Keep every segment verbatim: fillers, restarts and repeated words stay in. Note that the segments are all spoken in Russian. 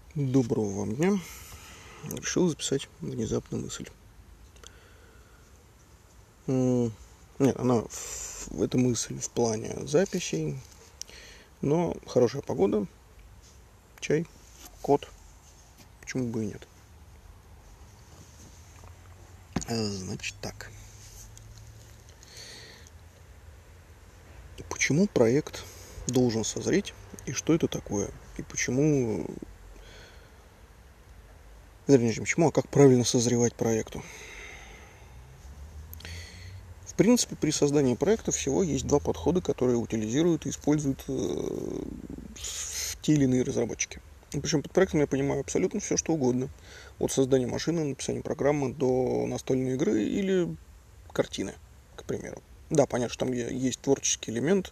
Доброго вам дня. Решил записать внезапную мысль. М, Нет, она, в- эта мысль в плане записей, но хорошая погода, чай, кот, почему бы и нет. А, Значит так. Почему проект должен созреть, и что это такое? И почему, вернее, не почему, а как правильно созревать проекту? В принципе, при создании проекта всего есть два подхода, которые утилизируют и используют э, те или иные разработчики. Причем под проектом я понимаю абсолютно все, что угодно. От создания машины, написания программы до настольной игры или картины, к примеру. Да, понятно, что там есть творческий элемент.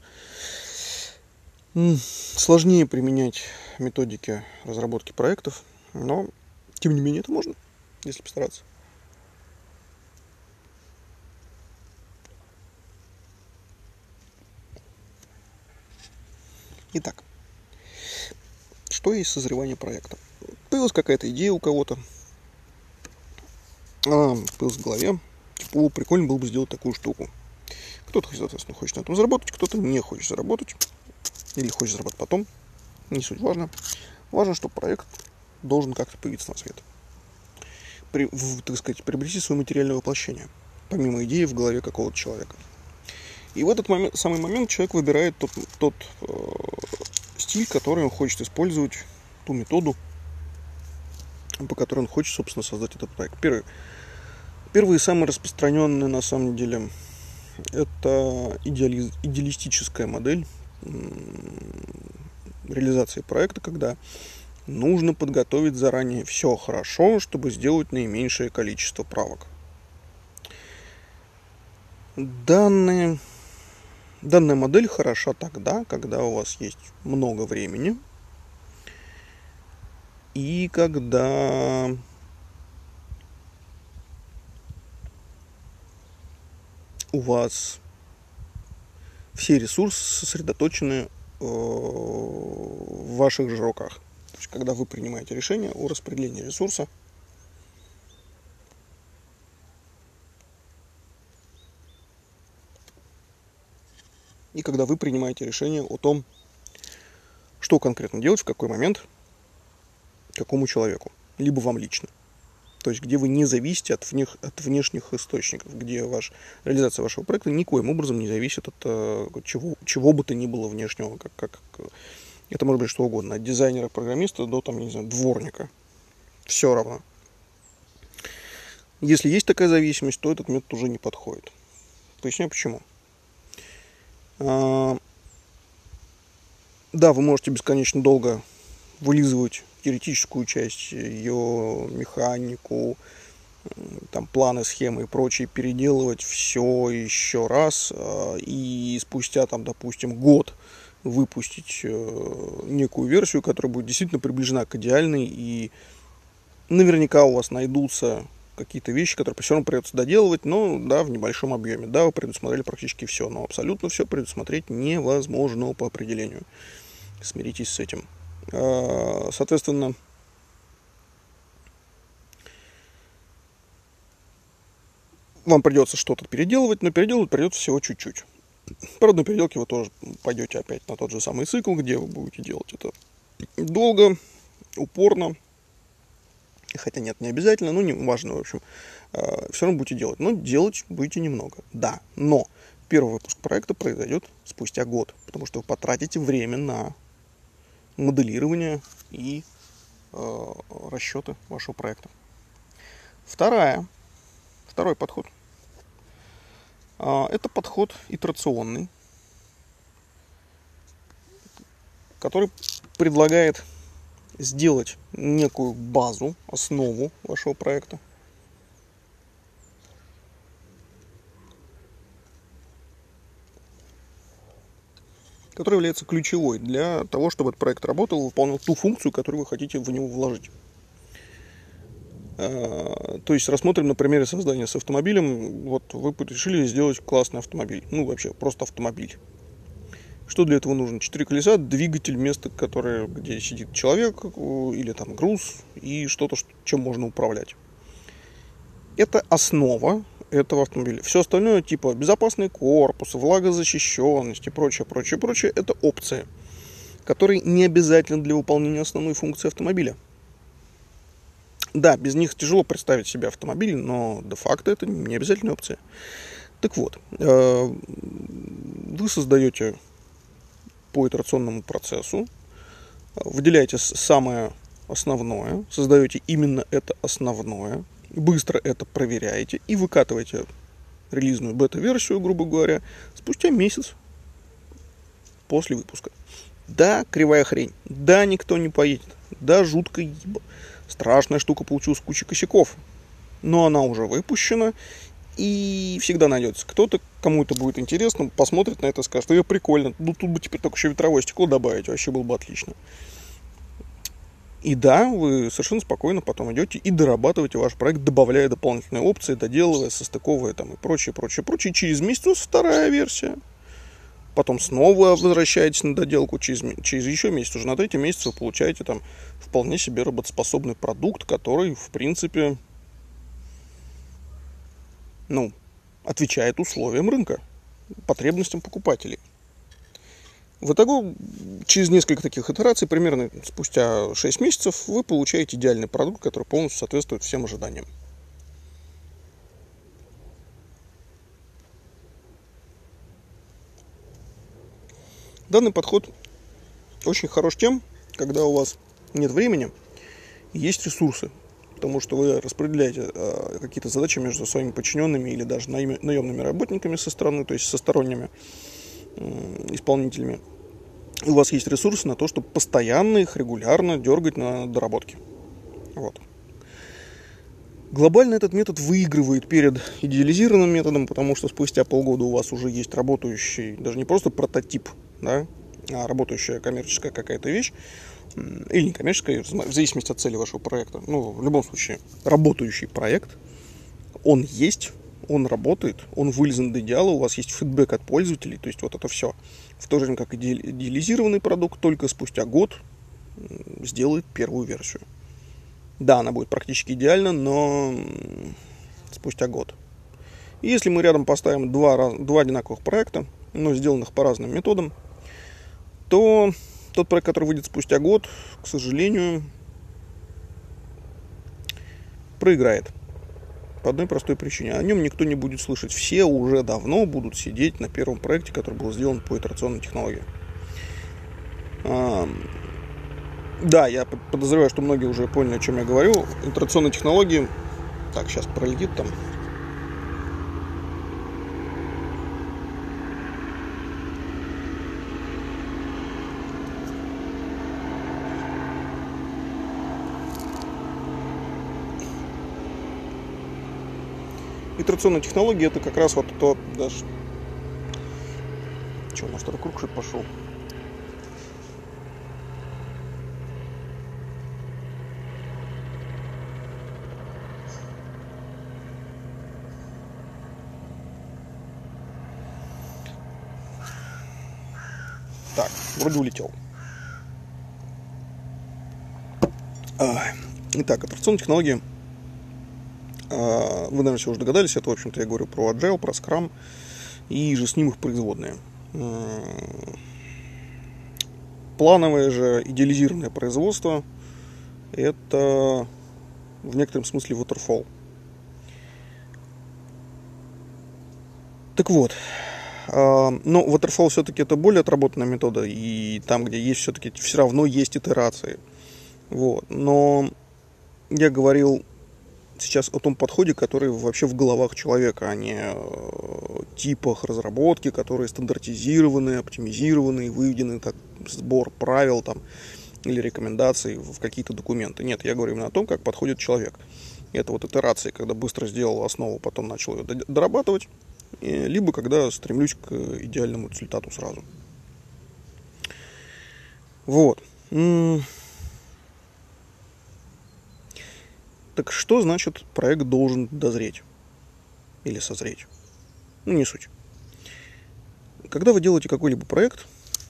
Сложнее применять методики разработки проектов, но, тем не менее, это можно, если постараться. Итак, что есть созревание проекта? Появилась какая-то идея у кого-то, она появилась в голове, типа, о, прикольно было бы сделать такую штуку. Кто-то, соответственно, хочет на этом заработать, кто-то не хочет заработать, или хочет заработать потом, не суть важно. Важно, что проект должен как-то появиться на свет, при, в, так сказать, приобрести свое материальное воплощение, помимо идеи в голове какого-то человека. И в этот момент, самый момент человек выбирает тот, тот э, стиль, который он хочет использовать, ту методу, по которой он хочет, собственно, создать этот проект. Первый, первый и самый распространенный, на самом деле, это идеали, идеалистическая модель реализации проекта, когда нужно подготовить заранее все хорошо, чтобы сделать наименьшее количество правок. Данные, данная модель хороша тогда, когда у вас есть много времени и когда у вас все ресурсы сосредоточены в ваших же руках. То есть, когда вы принимаете решение о распределении ресурса, и когда вы принимаете решение о том, что конкретно делать, в какой момент, какому человеку, либо вам лично. То есть, где вы не зависите от, вне, от внешних источников, где ваш, реализация вашего проекта никоим образом не зависит от uh, чего, чего бы то ни было внешнего. Как, как, это может быть что угодно. От дизайнера, программиста до, там, не знаю, дворника. Все равно. Если есть такая зависимость, то этот метод уже не подходит. Поясню почему. А, да, вы можете бесконечно долго вылизывать теоретическую часть, ее механику, там, планы, схемы и прочее, переделывать все еще раз, и спустя, там, допустим, год выпустить некую версию, которая будет действительно приближена к идеальной, и наверняка у вас найдутся какие-то вещи, которые все равно придется доделывать, но, да, в небольшом объеме. Да, вы предусмотрели практически все, но абсолютно все предусмотреть невозможно по определению. Смиритесь с этим. Соответственно, вам придется что-то переделывать, но переделывать придется всего чуть-чуть. Правда, на переделке вы тоже пойдете опять на тот же самый цикл, где вы будете делать это долго, упорно. Хотя нет, не обязательно, ну не важно, в общем. Все равно будете делать. Но делать будете немного. Да, но первый выпуск проекта произойдет спустя год, потому что вы потратите время на моделирование и э, расчеты вашего проекта. Вторая, второй подход. Э, это подход итерационный, который предлагает сделать некую базу, основу вашего проекта, которая является ключевой для того, чтобы этот проект работал, выполнял ту функцию, которую вы хотите в него вложить. То есть рассмотрим на примере создания с автомобилем. Вот вы решили сделать классный автомобиль. Ну, вообще, просто автомобиль. Что для этого нужно? Четыре колеса, двигатель, место, которое, где сидит человек, или там груз, и что-то, чем можно управлять. Это основа этого автомобиля. Все остальное, типа безопасный корпус, влагозащищенность и прочее, прочее, прочее, это опции, которые не обязательны для выполнения основной функции автомобиля. Да, без них тяжело представить себе автомобиль, но де-факто это не обязательная опция. Так вот, вы создаете по итерационному процессу, выделяете самое основное, создаете именно это основное, быстро это проверяете и выкатываете релизную бета-версию, грубо говоря, спустя месяц после выпуска. Да, кривая хрень, да, никто не поедет, да, жуткая еба, страшная штука получилась, куча косяков, но она уже выпущена, и всегда найдется кто-то, кому это будет интересно, посмотрит на это и скажет, что прикольно, ну тут бы теперь только еще ветровое стекло добавить, вообще было бы отлично. И да, вы совершенно спокойно потом идете и дорабатываете ваш проект, добавляя дополнительные опции, доделывая, состыковывая там и прочее, прочее, прочее. Через месяц у вас вторая версия. Потом снова возвращаетесь на доделку, через, через еще месяц, уже на третий месяц вы получаете там вполне себе работоспособный продукт, который, в принципе, ну, отвечает условиям рынка, потребностям покупателей. В итоге, через несколько таких итераций, примерно спустя шесть месяцев, вы получаете идеальный продукт, который полностью соответствует всем ожиданиям. Данный подход очень хорош тем, когда у вас нет времени и есть ресурсы, потому что вы распределяете э, какие-то задачи между своими подчиненными или даже наемными работниками со стороны, то есть со сторонними э, исполнителями. И у вас есть ресурсы на то, чтобы постоянно их регулярно дергать на доработки. Вот. Глобально этот метод выигрывает перед идеализированным методом, потому что спустя полгода у вас уже есть работающий, даже не просто прототип, да, а работающая коммерческая какая-то вещь, или не коммерческая, в зависимости от цели вашего проекта. Ну, в любом случае, работающий проект, он есть, он работает, он вылезан до идеала, у вас есть фидбэк от пользователей, то есть вот это все. В то же время, как идеализированный продукт, только спустя год сделает первую версию. Да, она будет практически идеальна, но спустя год. И если мы рядом поставим два, два одинаковых проекта, но сделанных по разным методам, то тот проект, который выйдет спустя год, к сожалению, проиграет. По одной простой причине. О нем никто не будет слышать. Все уже давно будут сидеть на первом проекте, который был сделан по итерационной технологии. А, да, я подозреваю, что многие уже поняли, о чем я говорю. Итерационные технологии... Так, сейчас пролетит там. Итерационные технологии — это как раз вот то даже... Че, у нас второй круг что-то пошел? Так, вроде улетел. Итак, итерационные технологии. Вы, наверное, все уже догадались, это, в общем-то, я говорю про Agile, про Scrum и же с ним их производные. Плановое же идеализированное производство — это в некотором смысле waterfall. Так вот, но waterfall все-таки это более отработанная метода, и там, где есть все-таки, все равно есть итерации. Вот. Но я говорил сейчас о том подходе, который вообще в головах человека, а не о типах разработки, которые стандартизированы, оптимизированы, выведены как сбор правил там, или рекомендаций в какие-то документы. Нет, я говорю именно о том, как подходит человек. Это вот итерации, когда быстро сделал основу, потом начал ее дорабатывать, либо когда стремлюсь к идеальному результату сразу. Вот. Так что значит проект должен дозреть или созреть? Ну, не суть. Когда вы делаете какой-либо проект,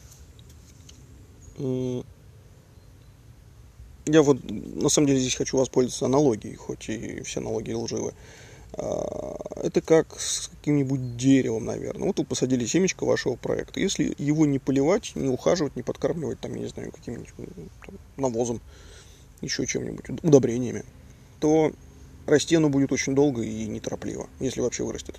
Я вот на самом деле здесь хочу воспользоваться аналогией, хоть и все аналогии лживы. Это как с каким-нибудь деревом, наверное. Вот вы посадили семечко вашего проекта. Если его не поливать, не ухаживать, не подкармливать, там, я не знаю, каким-нибудь там, навозом, еще чем-нибудь, удобрениями, то расти оно будет очень долго и неторопливо, если вообще вырастет.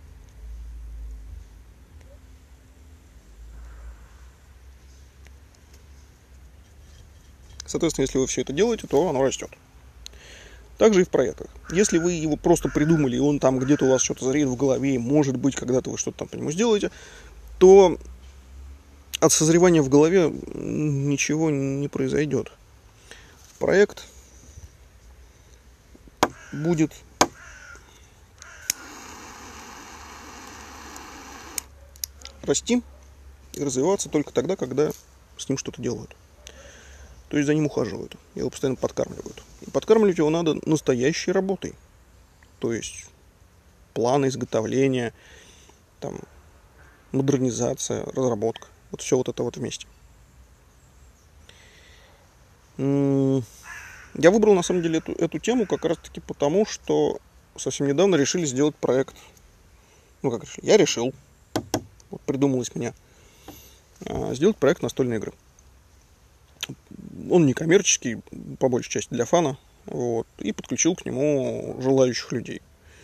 Соответственно, если вы все это делаете, то оно растет. Также и в проектах. Если вы его просто придумали, и он там где-то у вас что-то зреет в голове, и может быть, когда-то вы что-то там по нему сделаете, то от созревания в голове ничего не произойдет. Проект будет расти и развиваться только тогда, когда с ним что-то делают. То есть за ним ухаживают, его постоянно подкармливают. И подкармливать его надо настоящей работой. То есть планы изготовления, там, модернизация, разработка. Вот все вот это вот вместе. Я выбрал на самом деле эту, эту тему как раз таки потому, что совсем недавно решили сделать проект. Ну как решили? Я решил. Вот придумалось мне сделать проект настольной игры. Он некоммерческий, по большей части для фана, вот, и подключил к нему желающих людей.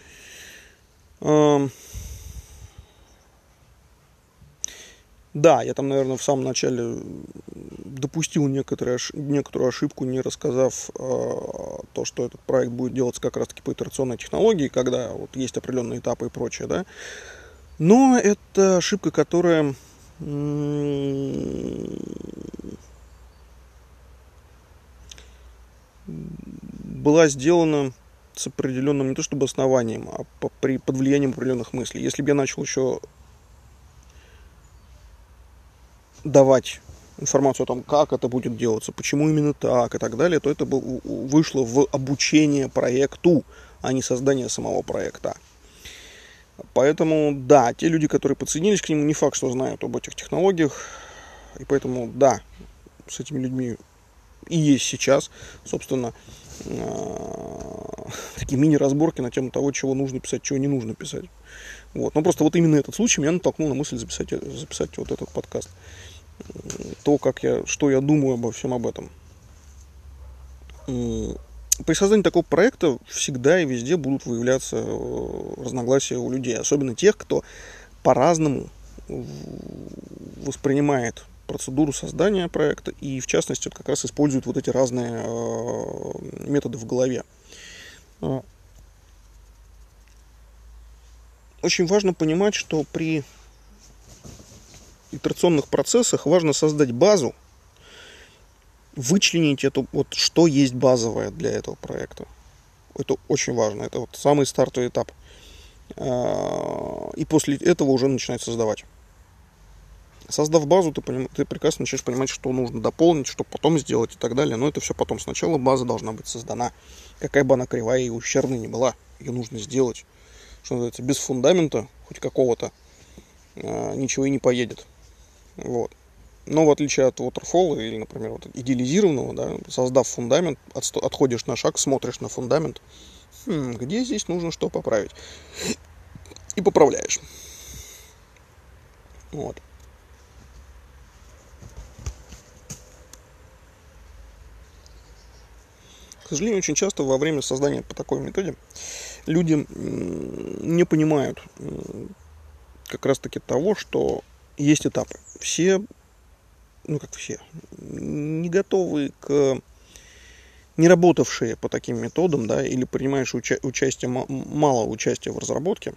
Да, я там, наверное, в самом начале допустил некоторые, некоторую ошибку, не рассказав э, то, что этот проект будет делаться как раз-таки по итерационной технологии, когда вот есть определенные этапы и прочее, да. Но это ошибка, которая м- была сделана с определенным, не то чтобы основанием, а по, при, под влиянием определенных мыслей. Если бы я начал еще давать информацию о том, как это будет делаться, почему именно так и так далее, то это бы вышло в обучение проекту, а не создание самого проекта. Поэтому, да, те люди, которые подсоединились к нему, не факт, что знают об этих технологиях. И поэтому, да, с этими людьми и есть сейчас, собственно, такие мини-разборки на тему того, чего нужно писать, чего не нужно писать. Вот. Но просто вот именно этот случай меня натолкнул на мысль записать, записать вот этот подкаст. То, как я, что я думаю обо всем об этом. При создании такого проекта всегда и везде будут выявляться разногласия у людей, особенно тех, кто по-разному воспринимает процедуру создания проекта и, в частности, вот как раз использует вот эти разные методы в голове. Очень важно понимать, что при итерационных процессах важно создать базу, вычленить это, вот что есть базовое для этого проекта. Это очень важно. Это вот самый стартовый этап. И после этого уже начинать создавать. Создав базу, ты, поним, ты прекрасно начинаешь понимать, что нужно дополнить, что потом сделать и так далее. Но это все потом. Сначала база должна быть создана. Какая бы она кривая и ущербной ни была, ее нужно сделать. Что называется, без фундамента, хоть какого-то, ничего и не поедет. Вот. Но в отличие от waterfall или, например, вот идеализированного, да, создав фундамент, отходишь на шаг, смотришь на фундамент, хм, где здесь нужно что поправить. И поправляешь. Вот. К сожалению, очень часто во время создания по такой методе люди не понимают как раз-таки того, что есть этапы. Все, ну как все, не готовы к, не работавшие по таким методам, да, или принимающие уча- участие, мало участия в разработке,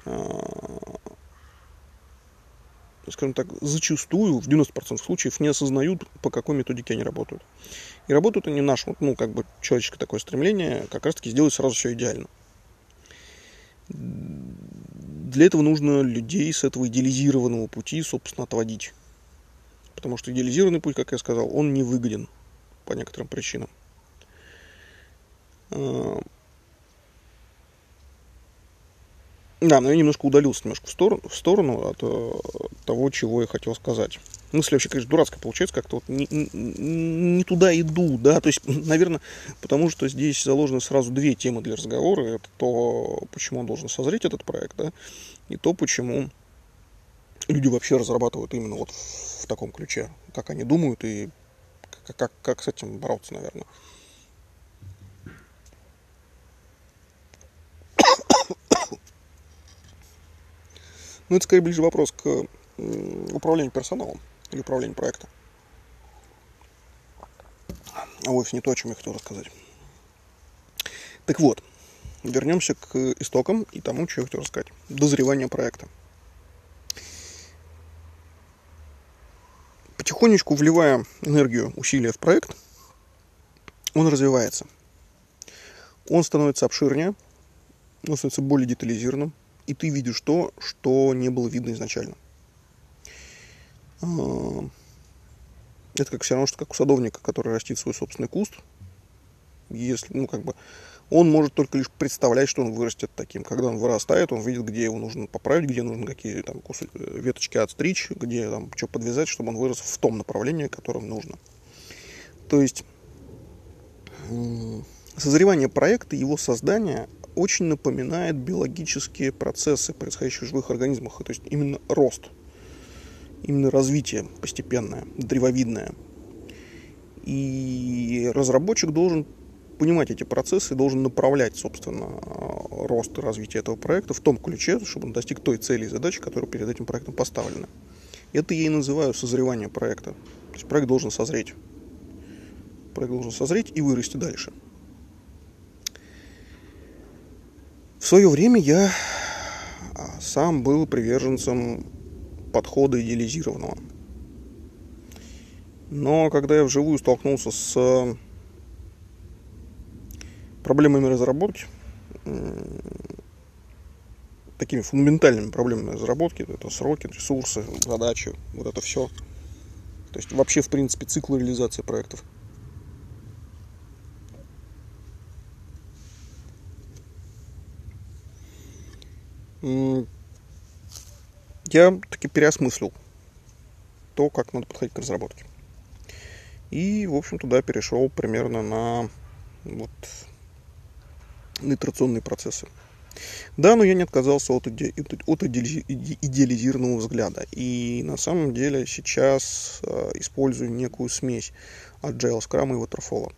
скажем так, зачастую, в девяносто процентов случаев, не осознают, по какой методике они работают. И работают они наше, ну, как бы, человеческое такое стремление, как раз-таки сделать сразу все идеально. Для этого нужно людей с этого идеализированного пути, собственно, отводить. Потому что идеализированный путь, как я сказал, он не выгоден по некоторым причинам. Да, но я немножко удалился немножко в сторону, в сторону от того, чего я хотел сказать. мысль вообще, конечно, дурацкая получается, как-то вот не, не, не туда иду, да, то есть, наверное, потому что здесь заложены сразу две темы для разговора, это то, почему он должен созреть, этот проект, да, и то, почему люди вообще разрабатывают именно вот в таком ключе, как они думают и как, как, как с этим бороться, наверное. Ну, это скорее ближе вопрос к управлению персоналом или управлению проектом. А вовсе не то, о чем я хотел рассказать. Так вот, вернемся к истокам и тому, что я хотел рассказать. Дозревание проекта. Потихонечку вливая энергию, усилия в проект, он развивается. Он становится обширнее, он становится более детализированным, и ты видишь то, что не было видно изначально. Это как все равно, что как у садовника, который растит свой собственный куст. Если, ну, как бы, он может только лишь представлять, что он вырастет таким. Когда он вырастает, он видит, где его нужно поправить, где нужно какие там кусочки, веточки отстричь, где там что подвязать, чтобы он вырос в том направлении, которым нужно. То есть созревание проекта, его создание очень напоминает биологические процессы, происходящие в живых организмах. То есть именно рост, именно развитие постепенное, древовидное. И разработчик должен понимать эти процессы, должен направлять, собственно, рост и развитие этого проекта в том ключе, чтобы он достиг той цели и задачи, которая перед этим проектом поставлена. Это я и называю созревание проекта. То есть проект должен созреть. Проект должен созреть и вырасти дальше. В свое время я сам был приверженцем подхода идеализированного. Но когда я вживую столкнулся с проблемами разработки, такими фундаментальными проблемами разработки, это сроки, ресурсы, задачи, вот это все. То есть вообще, в принципе, цикл реализации проектов. Я таки переосмыслил то, как надо подходить к разработке. И, в общем, туда перешел примерно на вот, на итерационные процессы. Да, но я не отказался от, иде... от идеализированного взгляда. И на самом деле сейчас э, использую некую смесь Agile, Scrum и Waterfall.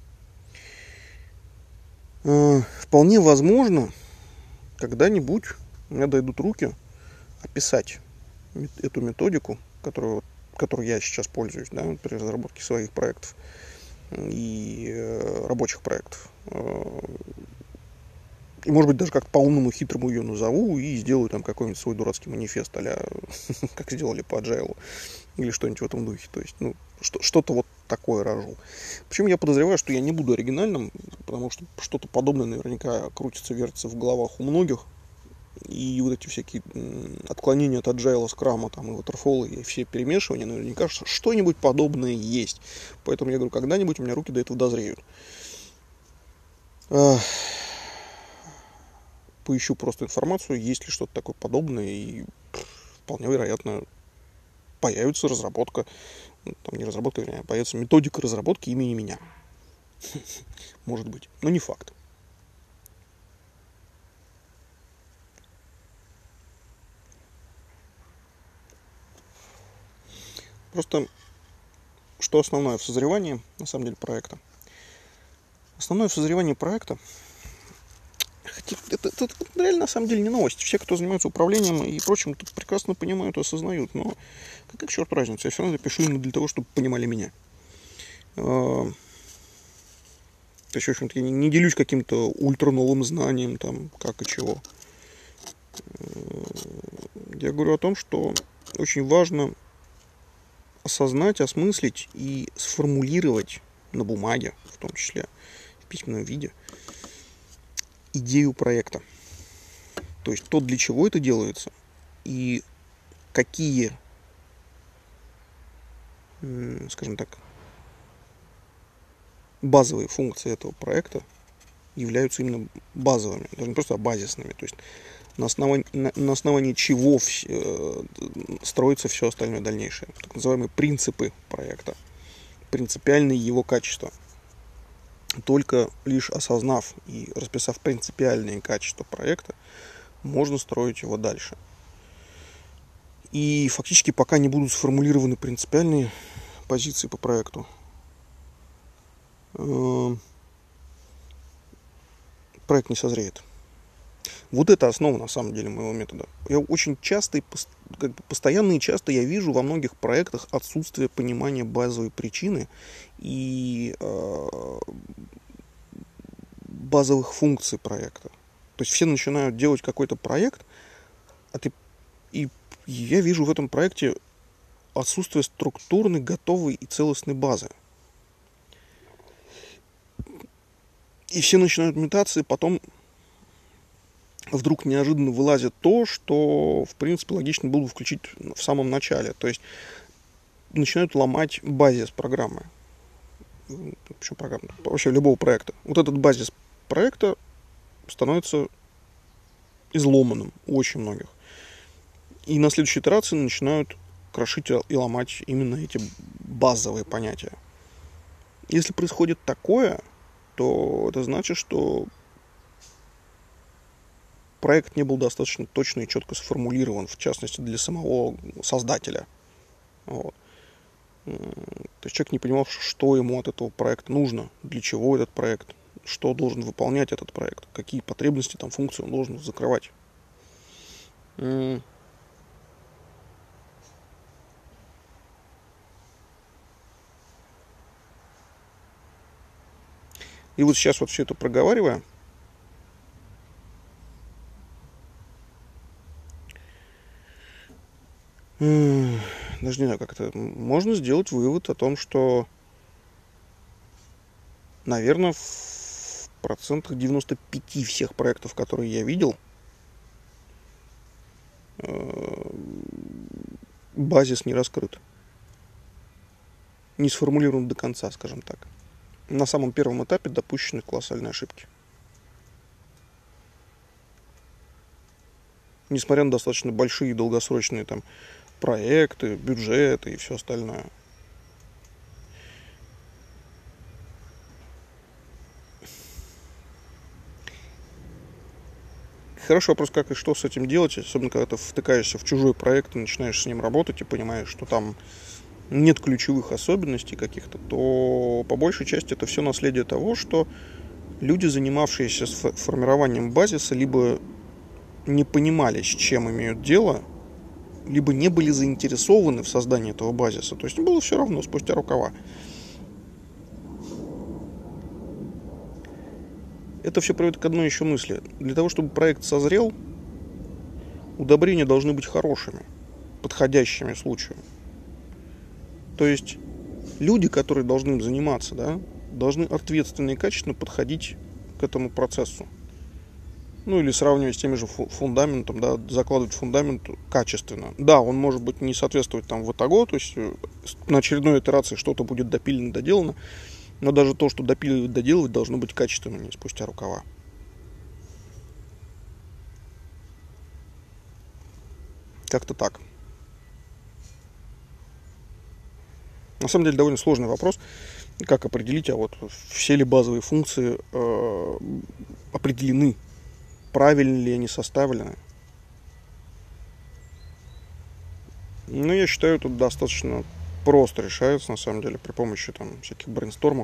Э, вполне возможно, когда-нибудь у меня дойдут руки описать эту методику, которую, которой я сейчас пользуюсь, да, при разработке своих проектов и э, рабочих проектов. И, может быть, даже как по-умному, хитрому ее назову и сделаю там какой-нибудь свой дурацкий манифест, а-ля, как сделали по Agile, или что-нибудь в этом духе. То есть, ну, что- что-то вот такое рожу. Причем я подозреваю, что я не буду оригинальным, потому что что-то подобное наверняка крутится, вертится в головах у многих. И вот эти всякие отклонения от Agile, Scrum там, и Waterfall, и все перемешивания, наверняка что-нибудь подобное есть. Поэтому я говорю, когда-нибудь у меня руки до этого дозреют. Поищу просто информацию, есть ли что-то такое подобное, и вполне вероятно появится разработка, там не разработка, вернее, появится методика разработки имени меня. Может быть, но не факт. Просто, что основное в созревании, на самом деле, проекта? Основное в созревании проекта, это, это, это реально на самом деле не новость. Все, кто занимается управлением и прочим, тут прекрасно понимают и осознают. Но какая к черту разница? Я все равно это пишу именно для того, чтобы понимали меня. То есть, в общем-то, я не, не делюсь каким-то ультрановым знанием, там, как и чего. Я говорю о том, что очень важно осознать, осмыслить и сформулировать на бумаге, в том числе в письменном виде, идею проекта. То есть то, для чего это делается, и какие, скажем так, базовые функции этого проекта являются именно базовыми, даже не просто базисными. То есть на основании, на, на основании чего в, э, строится все остальное дальнейшее. Так называемые принципы проекта, принципиальные его качества. Только лишь осознав и расписав принципиальные качества проекта, можно строить его дальше. И фактически пока не будут сформулированы принципиальные позиции по проекту, э, проект не созреет. Вот это основа, на самом деле, моего метода. Я очень часто, и как бы постоянно и часто я вижу во многих проектах отсутствие понимания базовой причины и э, базовых функций проекта. То есть все начинают делать какой-то проект, а ты, и я вижу в этом проекте отсутствие структурной, готовой и целостной базы. И все начинают метаться, и потом вдруг неожиданно вылазит то, что, в принципе, логично было бы включить в самом начале. То есть начинают ломать базис программы. Почему программы? Вообще любого проекта. Вот этот базис проекта становится изломанным у очень многих. И на следующей итерации начинают крошить и ломать именно эти базовые понятия. Если происходит такое, то это значит, что проект не был достаточно точно и четко сформулирован, в частности, для самого создателя. Вот. То есть человек не понимал, что ему от этого проекта нужно, для чего этот проект, что должен выполнять этот проект, какие потребности, там, функции он должен закрывать. И вот сейчас вот все это проговаривая, даже не знаю, как это, можно сделать вывод о том, что, наверное, в процентах девяносто пять всех проектов, которые я видел, базис не раскрыт, не сформулирован до конца, скажем так. На самом первом этапе допущены колоссальные ошибки. Несмотря на достаточно большие долгосрочные там проекты, бюджеты и все остальное. Хороший вопрос, как и что с этим делать, особенно когда ты втыкаешься в чужой проект и начинаешь с ним работать и понимаешь, что там нет ключевых особенностей каких-то, то по большей части это все наследие того, что люди, занимавшиеся формированием базиса, либо не понимали, с чем имеют дело, либо не были заинтересованы в создании этого базиса. То есть им было все равно, спустя рукава. Это все приводит к одной еще мысли. Для того, чтобы проект созрел, удобрения должны быть хорошими, подходящими случаю. То есть люди, которые должны им заниматься, да, должны ответственно и качественно подходить к этому процессу. Ну или сравнивать с теми же фундаментом, да, закладывать фундамент качественно. Да, он может быть не соответствовать там в итогу, то есть на очередной итерации что-то будет допилено, доделано, но даже то, что допиливать, доделывать, должно быть качественно, не спустя рукава. Как-то так. На самом деле довольно сложный вопрос, как определить, а вот все ли базовые функции э, определены, правильно ли они составлены. Ну, я считаю, это достаточно просто решается, на самом деле, при помощи там всяких брейнстормов,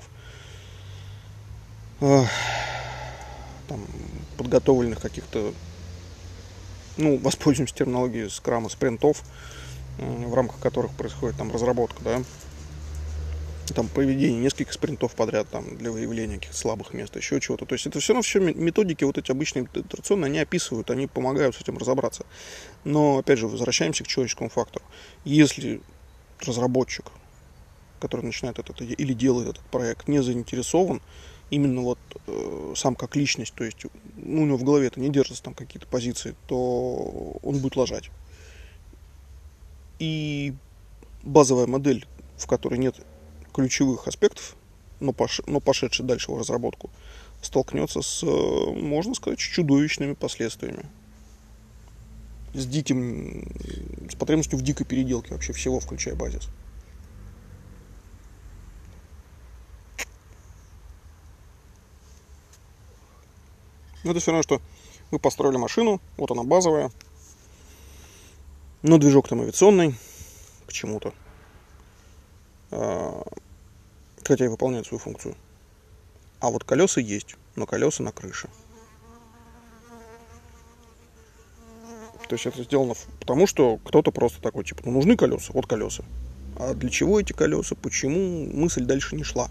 э, там, подготовленных каких-то, ну, воспользуемся терминологией скрама, спринтов, э, в рамках которых происходит там разработка, да, там проведение нескольких спринтов подряд там, для выявления каких-то слабых мест, еще чего-то. То есть это все равно все методики вот эти обычные итерационные, они описывают, они помогают с этим разобраться. Но, опять же, возвращаемся к человеческому фактору. Если разработчик, который начинает этот или делает этот проект, не заинтересован, именно вот э, сам как личность, то есть ну, у него в голове это не держатся там какие-то позиции, то он будет лажать. И базовая модель, в которой нет ключевых аспектов, но, пош... но пошедший дальше в разработку, столкнется с, можно сказать, чудовищными последствиями. с диким, с потребностью в дикой переделке вообще всего, включая базис. Но это все равно, что вы построили машину, вот она базовая, но движок там авиационный почему-то, хотя и выполняет свою функцию. А вот колеса есть, но колеса на крыше. То есть это сделано потому, что кто-то просто такой, типа, ну нужны колеса, вот колеса. А для чего эти колеса, почему, мысль дальше не шла.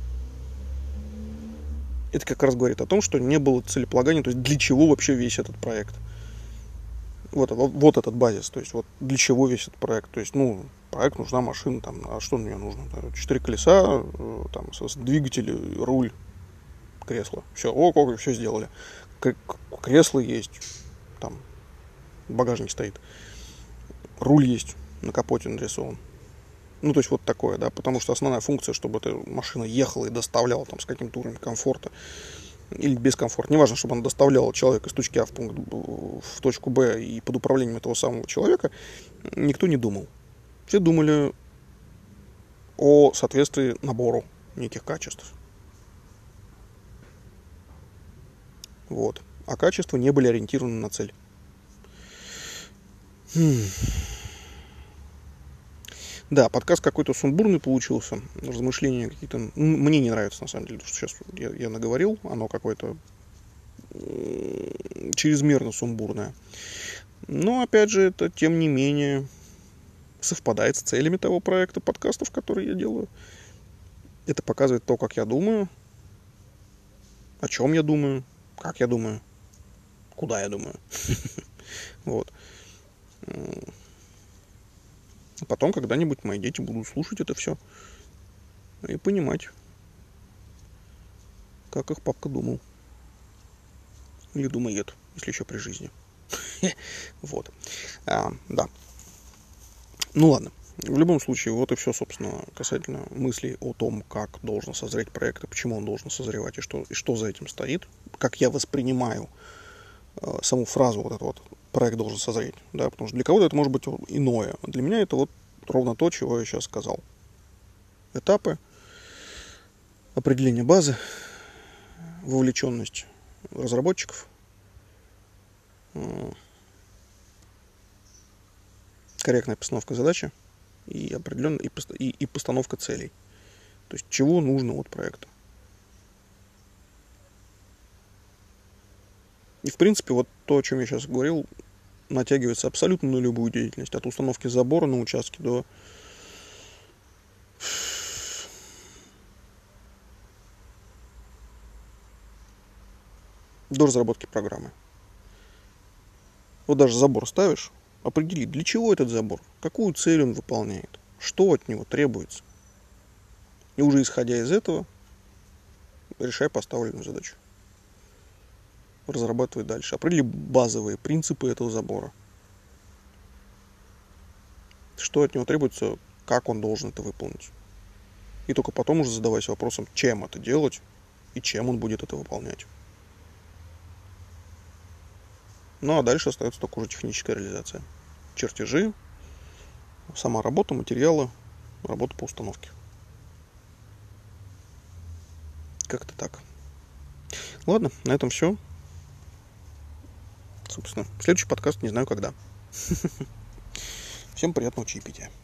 Это как раз говорит о том, что не было целеполагания, то есть для чего вообще весь этот проект. Вот, вот, вот этот базис, то есть вот для чего весь этот проект. То есть, ну, проект нужна машина, там, а что мне нужно? Четыре колеса, там, двигатель, руль, кресло. Все, о, как все сделали. Кресло есть, там, багажник стоит. Руль есть, на капоте нарисован. Ну, то есть вот такое, да, потому что основная функция, чтобы эта машина ехала и доставляла там с каким-то уровнем комфорта или без комфорта, неважно, чтобы она доставляла человека из точки А в, пункт, в точку Б и под управлением этого самого человека, никто не думал. Все думали о соответствии набору неких качеств. Вот. А качества не были ориентированы на цель. Хм. Да, подкаст какой-то сумбурный получился, размышления какие-то, мне не нравится на самом деле, потому что сейчас я, я наговорил, оно какое-то чрезмерно сумбурное. Но, опять же, это, тем не менее, совпадает с целями того проекта подкастов, которые я делаю. Это показывает то, как я думаю, о чем я думаю, как я думаю, куда я думаю. Вот. А потом когда-нибудь мои дети будут слушать это все и понимать, как их папка думал. Или думает, если еще при жизни. Вот. А, да. Ну ладно. В любом случае, вот и все, собственно, касательно мыслей о том, как должен созреть проект, и почему он должен созревать, и что, и что за этим стоит, как я воспринимаю э, саму фразу вот эту вот проект должен созреть, да, потому что для кого-то это может быть иное. Для меня это вот ровно то, чего я сейчас сказал. Этапы, определение базы, вовлеченность разработчиков, корректная постановка задачи и определенная и, и постановка целей. То есть чего нужно от проекта. И в принципе вот то, о чем я сейчас говорил, натягивается абсолютно на любую деятельность. От установки забора на участке до до разработки программы. Вот даже забор ставишь, определи, для чего этот забор, какую цель он выполняет, что от него требуется. И уже исходя из этого, решай поставленную задачу. Разрабатывай дальше. Определи базовые принципы этого забора. Что от него требуется, как он должен это выполнить. И только потом уже задавайся вопросом, чем это делать и чем он будет это выполнять. Ну а дальше остается только уже техническая реализация. Чертежи, сама работа, материалы, работа по установке. Как-то так. Ладно, на этом все. Собственно, следующий подкаст не знаю когда. Всем приятного чаепития.